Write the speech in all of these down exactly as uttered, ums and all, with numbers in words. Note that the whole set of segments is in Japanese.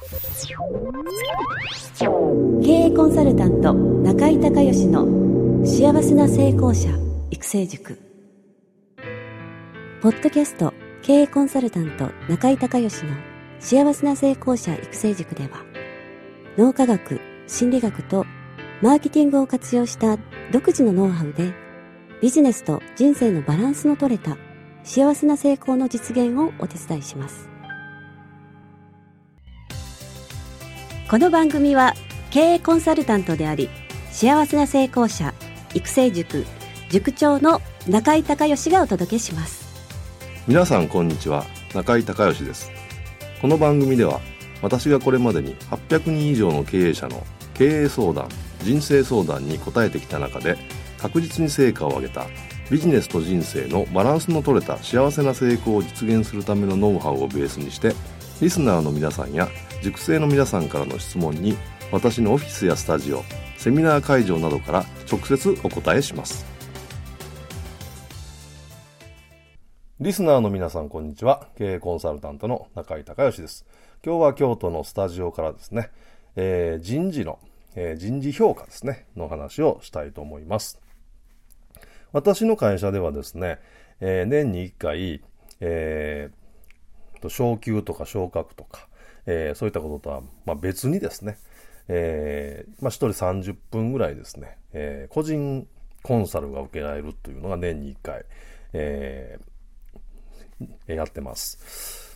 経営コンサルタント中井孝義の幸せな成功者育成塾。ポッドキャスト経営コンサルタント中井孝義の幸せな成功者育成塾では、脳科学、心理学とマーケティングを活用した独自のノウハウで、ビジネスと人生のバランスの取れた幸せな成功の実現をお手伝いします。この番組は経営コンサルタントであり、幸せな成功者育成塾塾長の中井孝義がお届けします。 皆さんこんにちは、中井孝義です。この番組では、私がこれまでにはっぴゃくにん以上の経営者の経営相談、人生相談に答えてきた中で、確実に成果を上げたビジネスと人生のバランスの取れた幸せな成功を実現するためのノウハウをベースにして、リスナーの皆さんや塾生の皆さんからの質問に、私のオフィスやスタジオ、セミナー会場などから直接お答えします。リスナーの皆さんこんにちは。経営コンサルタントの中井孝義です。今日は京都のスタジオからですね、えー、人事の、えー、人事評価ですねの話をしたいと思います。私の会社ではですね、えー、年にいっかい、えー、昇給とか昇格とか、えー、そういったこととは、まあ、別にですね、えーまあ、ひとりさんじゅっぷんぐらいですね、えー、個人コンサルが受けられるというのが年にいっかい、えー、やってます。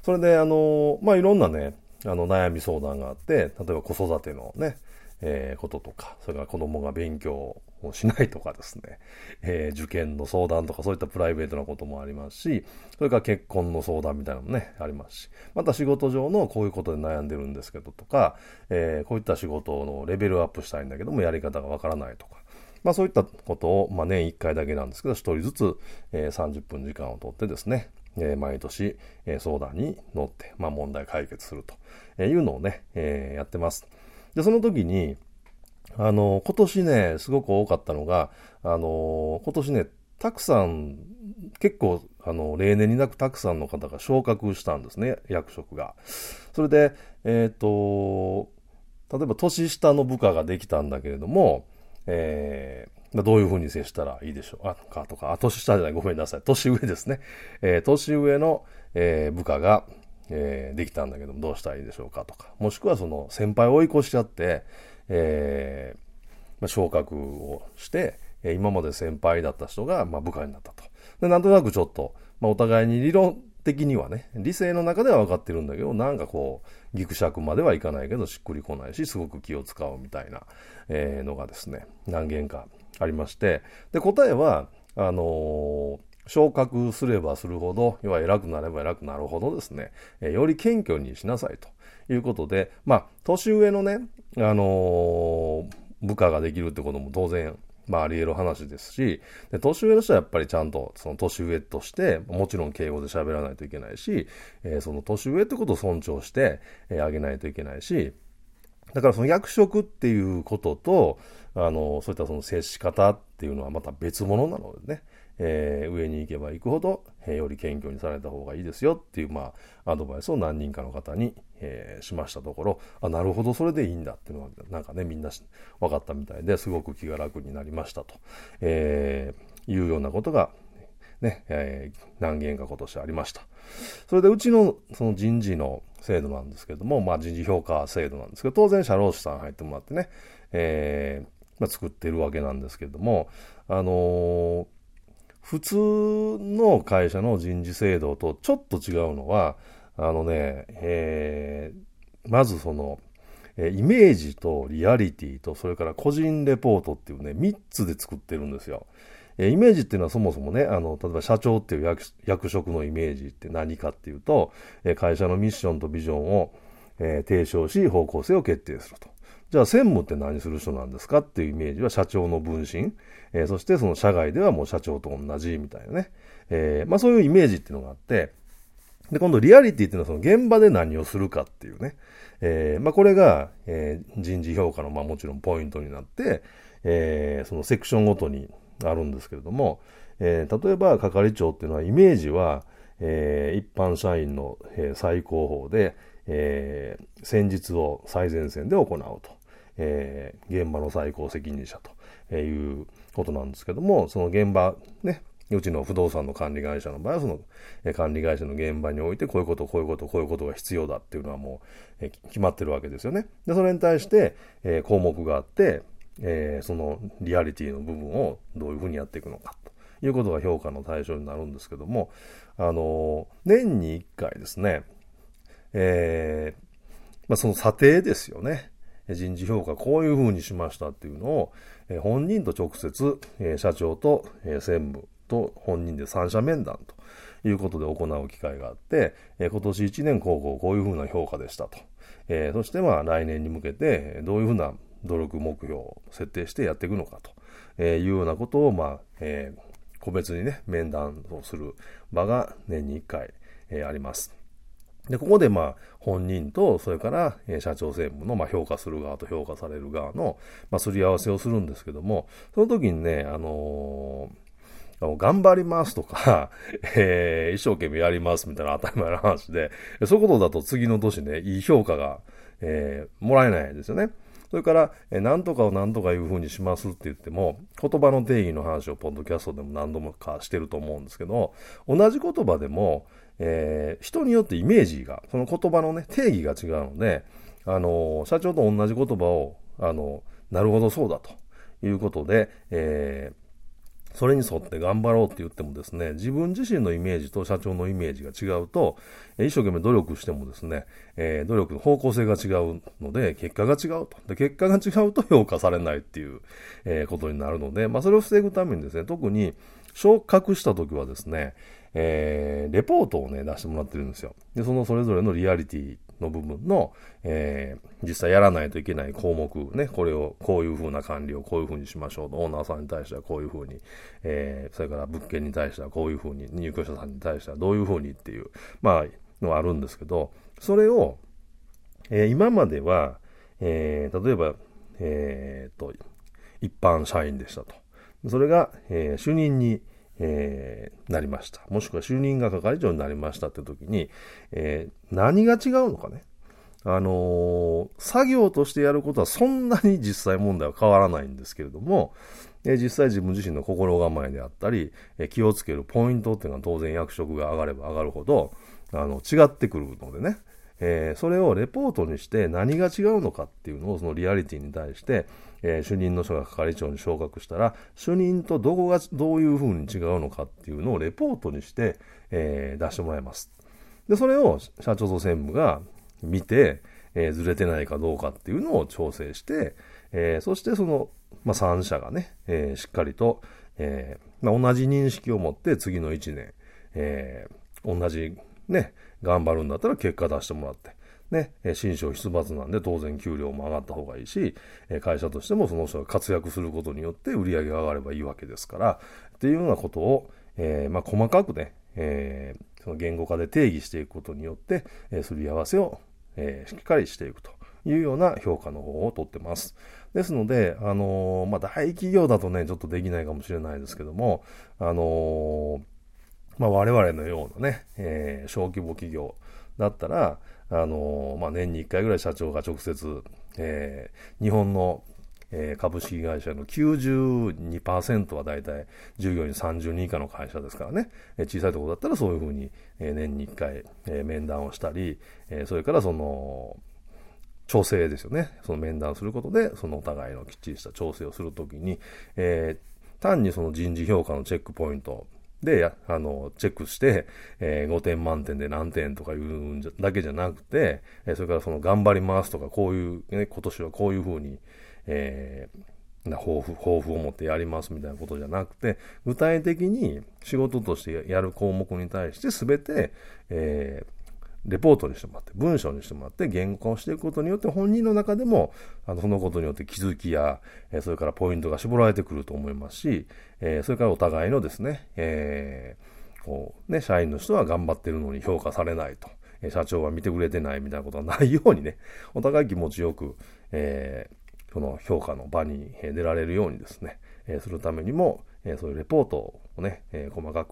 それであの、まあ、いろんなね、あの悩み相談があって、例えば子育てのね、えー、こととか、それから子供が勉強をしないとかですね、えー、受験の相談とかそういったプライベートなこともありますし、それから結婚の相談みたいなのもね、ありますし、また仕事上のこういうことで悩んでるんですけどとか、えー、こういった仕事のレベルアップしたいんだけどもやり方がわからないとか、まあそういったことを、まあ年いっかいだけなんですけど、一人ずつ、えー、さんじゅっぷん時間をとってですね、えー、毎年、えー、相談に乗って、まあ問題解決するというのをね、えー、やってます。で、その時に、あの、今年ね、すごく多かったのが、あの、今年ね、たくさん、結構、あの、例年になくたくさんの方が昇格したんですね、役職が。それで、えっと、例えば年下の部下ができたんだけれども、えー、どういうふうに接したらいいでしょうあ、かとか、あ、年下じゃない、ごめんなさい。年上ですね。えー、年上の、えー、部下が、えー、できたんだけども、どうしたらいいでしょうかとか。もしくはその先輩を追い越しちゃって、えーまあ、昇格をして、えー、今まで先輩だった人が、まあ、部下になったと。で、なんとなくちょっと、まあ、お互いに理論的にはね、理性の中では分かってるんだけど、なんかこう、ギクシャクまではいかないけど、しっくりこないし、すごく気を使うみたいな、えー、のがですね、何件かありまして、で、答えは、あのー、昇格すればするほど、要は偉くなれば偉くなるほどですね、えー、より謙虚にしなさいということで、まあ、年上のね、あのー、部下ができるってことも当然、まああり得る話ですし、で年上の人はやっぱりちゃんとその年上として、もちろん敬語で喋らないといけないし、えー、その年上ってことを尊重してあ、えー、げないといけないし、だからその役職っていうことと、あの、そういったその接し方っていうのはまた別物なのでね、えー、上に行けば行くほど、えー、より謙虚にされた方がいいですよっていう、まあ、アドバイスを何人かの方に、えー、しましたところ、あ、なるほど、それでいいんだっていうのは、なんかね、みんな分かったみたいですごく気が楽になりましたと、えー、いうようなことが、ね、えー、何件か今年ありました。それでうちのその人事の制度なんですけども、まあ人事評価制度なんですけど、当然社労士さん入ってもらってね、えーまあ、作ってるわけなんですけども、あのー、普通の会社の人事制度とちょっと違うのは、あのね、えー、まずその、イメージとリアリティと、それから個人レポートっていうね、みっつで作ってるんですよ。イメージっていうのはそもそもね、あの、例えば社長っていう 役, 役職のイメージって何かっていうと、会社のミッションとビジョンを、えー、提唱し、方向性を決定すると。じゃあ専務って何する人なんですかっていうイメージは社長の分身、えー、そしてその社外ではもう社長と同じみたいなね、えー、まあそういうイメージっていうのがあって、で今度リアリティっていうのはその現場で何をするかっていうね、えー、まあこれが、えー、人事評価のまあもちろんポイントになって、えー、そのセクションごとにあるんですけれども、えー、例えば係長っていうのはイメージは、えー、一般社員の、えー、最高峰で、 えー、戦術を最前線で行うと、えー、現場の最高責任者ということなんですけども、その現場ね、うちの不動産の管理会社の場合はその管理会社の現場においてこういうことこういうことこういうことが必要だっていうのはもう決まってるわけですよね。でそれに対して項目があって、えー、そのリアリティの部分をどういうふうにやっていくのかということが評価の対象になるんですけども、あの年にいっかいですね、えーまあ、その査定ですよね。人事評価こういうふうにしましたっていうのを本人と直接社長と専務と本人で三者面談ということで行う機会があって、えー、今年いちねんこうこうこういうふうな評価でしたと、えー、そしてまあ来年に向けてどういうふうな努力目標を設定してやっていくのかというようなことをまあ、えー、個別にね面談をする場が年にいっかい、えー、あります。でここでまあ本人とそれから社長専務のまあ評価する側と評価される側のまあすり合わせをするんですけども、その時にねあのー頑張りますとか、えー、一生懸命やりますみたいな当たり前の話で、そういうことだと次の年ね、いい評価が、えー、もらえないんですよね。それから、えー、何とかを何とかいうふうにしますって言っても、言葉の定義の話をポッドキャストでも何度もかしてると思うんですけど、同じ言葉でも、えー、人によってイメージが、その言葉のね、定義が違うので、あのー、社長と同じ言葉を、あのー、なるほどそうだということで、えーそれに沿って頑張ろうって言ってもですね、自分自身のイメージと社長のイメージが違うと、一生懸命努力してもですね、えー、努力の方向性が違うので、結果が違うと。で、結果が違うと評価されないっていう、えー、ことになるので、まあ、それを防ぐためにですね、特に昇格した時はですね、えー、レポートをね、出してもらってるんですよ。で、そのそれぞれのリアリティの部分の、えー、実際やらないといけない項目ね、これをこういう風な管理をこういう風にしましょうと、オーナーさんに対してはこういう風に、えー、それから物件に対してはこういう風に、入居者さんに対してはどういう風にっていう、まあ、のがあるんですけど、それを、えー、今までは、えー、例えば、えー、と、一般社員でしたと。それが、えー、主任に、えー、なりました。もしくは就任が係長になりましたって時に、えー、何が違うのかね。あのー、作業としてやることはそんなに実際問題は変わらないんですけれども、えー、実際自分自身の心構えであったり、えー、気をつけるポイントっていうのは当然役職が上がれば上がるほど、あの、違ってくるのでね。えー、それをレポートにして何が違うのかっていうのをそのリアリティに対して、えー、主任の人が係長に昇格したら主任とどこがどういうふうに違うのかっていうのをレポートにして、えー、出してもらいます。でそれを社長と専務が見て、えー、ずれてないかどうかっていうのを調整して、えー、そしてその、まあ、さん社がね、えー、しっかりと、えーまあ、同じ認識を持って次のいちねん、えー、同じね頑張るんだったら結果出してもらって、ね、新商出発なんで当然給料も上がった方がいいし、会社としてもその人が活躍することによって売り上げが上がればいいわけですから、っていうようなことを、えー、まあ細かくね、えー、その言語化で定義していくことによって、えー、すり合わせを、えー、しっかりしていくというような評価の方をとってます。ですので、あのー、まあ大企業だとね、ちょっとできないかもしれないですけども、あのーまあ、我々のようなね、えー、小規模企業だったら、あのーまあ、年にいっかいぐらい社長が直接、えー、日本の、えー、株式会社の きゅうじゅうにパーセント はだいたい従業員さんじゅうにん以下の会社ですからね、えー、小さいところだったらそういうふうに、えー、年にいっかい、えー、面談をしたり、えー、それからその調整ですよね。その面談することで、そのお互いのきっちりした調整をするときに、えー、単にその人事評価のチェックポイントで、あの、チェックして、えー、ごてん満点で何点とかいうだけじゃなくて、えー、それからその頑張りますとか、こういう、ね、今年はこういうふうに、えー、な抱負、抱負を持ってやりますみたいなことじゃなくて、具体的に仕事としてやる項目に対してすべて、えー、レポートにしてもらって、文章にしてもらって、言語化をしていくことによって、本人の中でも、あの、そのことによって気づきや、えー、それからポイントが絞られてくると思いますし、えー、それからお互いのですね、えー、こう、ね、社員の人は頑張ってるのに評価されないと、えー、社長は見てくれてないみたいなことがないようにね、お互い気持ちよく、えー、その評価の場に出られるようにですね、えー、するためにも、えー、そういうレポートをね、えー、細かく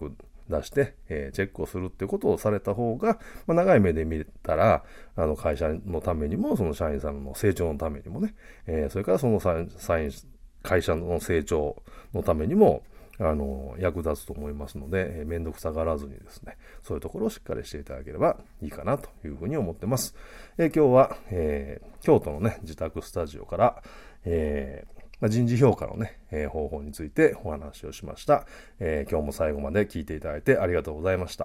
出して、えー、チェックをするってことをされた方が、まあ、長い目で見たら、あの会社のためにも、その社員さんの成長のためにもね、えー、それからその社員、会社の成長のためにも、あの、役立つと思いますので、えー、めんどくさがらずにですね、そういうところをしっかりしていただければいいかなというふうに思ってます。えー、今日は、えー、京都のね、自宅スタジオから、えーまあ、人事評価のね、えー、方法についてお話をしました、えー。今日も最後まで聞いていただいてありがとうございました。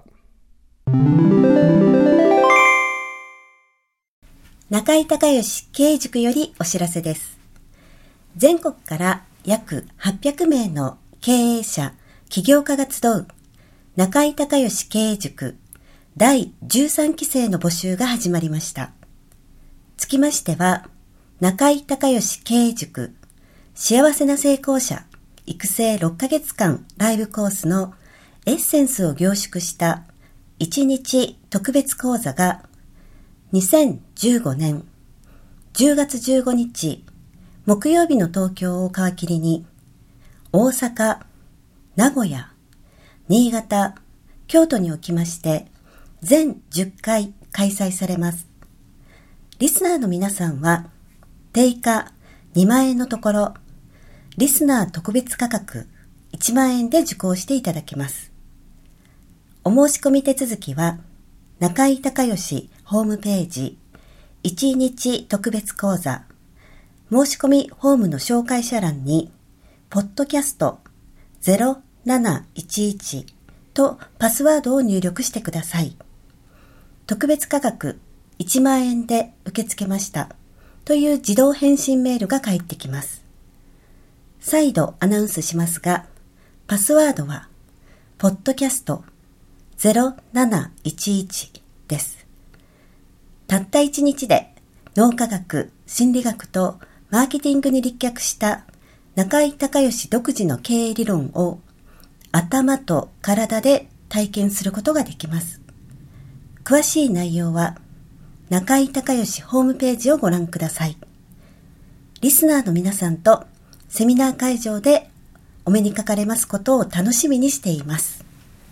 中井孝義経営塾よりお知らせです。全国から約はっぴゃくめいの経営者、起業家が集う中井孝義経営塾だいじゅうさんきせいの募集が始まりました。つきましては、中井孝義経営塾幸せな成功者育成ろっかげつかんライブコースのエッセンスを凝縮したいちにち特別講座がにせんじゅうごねんじゅうがつじゅうごにち木曜日の東京を皮切りに大阪、名古屋、新潟、京都におきまして全じゅっかい開催されます。リスナーの皆さんは定価にまんえんのところリスナー特別価格いちまんえんで受講していただけます。お申し込み手続きは中井孝義ホームページいちにち特別講座申し込みフォームの紹介者欄にポッドキャストゼロなないちいちとパスワードを入力してください。特別価格いちまんえんで受け付けましたという自動返信メールが返ってきます。再度アナウンスしますが、パスワードは、ポッドキャストゼロなないちいちです。たったいちにちで脳科学、心理学とマーケティングに立脚した中井孝義独自の経営理論を頭と体で体験することができます。詳しい内容は中井孝義ホームページをご覧ください。リスナーの皆さんとセミナー会場でお目にかかれますことを楽しみにしています。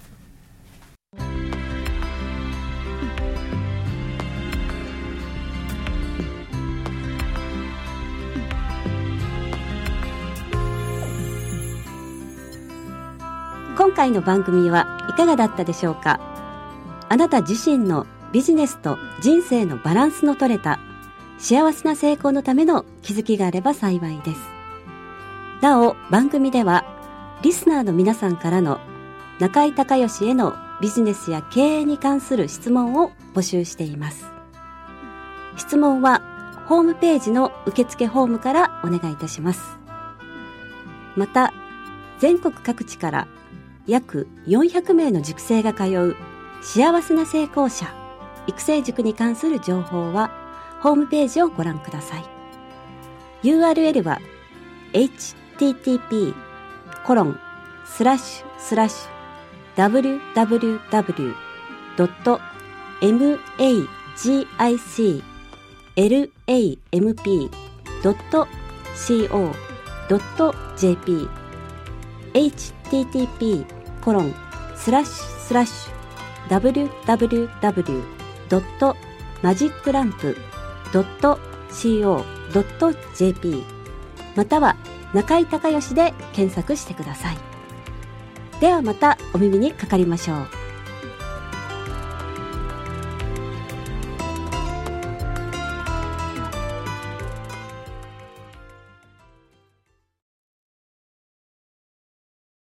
今回の番組はいかがだったでしょうか。あなた自身のビジネスと人生のバランスの取れた幸せな成功のための気づきがあれば幸いです。なお、番組ではリスナーの皆さんからの中井孝義へのビジネスや経営に関する質問を募集しています。質問はホームページの受付フォームからお願いいたします。また、全国各地から約よんひゃくめいの塾生が通う幸せな成功者育成塾に関する情報はホームページをご覧ください。 ユーアールエル は エイチティーティーピーコロンスラッシュスラッシュダブリュダブリュダブリュドットエムエージーアイシーエルエーエムピードットシーオードットジェーピー エイチティーティーピーコロンスラッシュスラッシュダブリュダブリュダブリュドットマジックランプドットシーオードットジェーピー または中井孝義で検索してください。ではまたお耳にかかりましょう。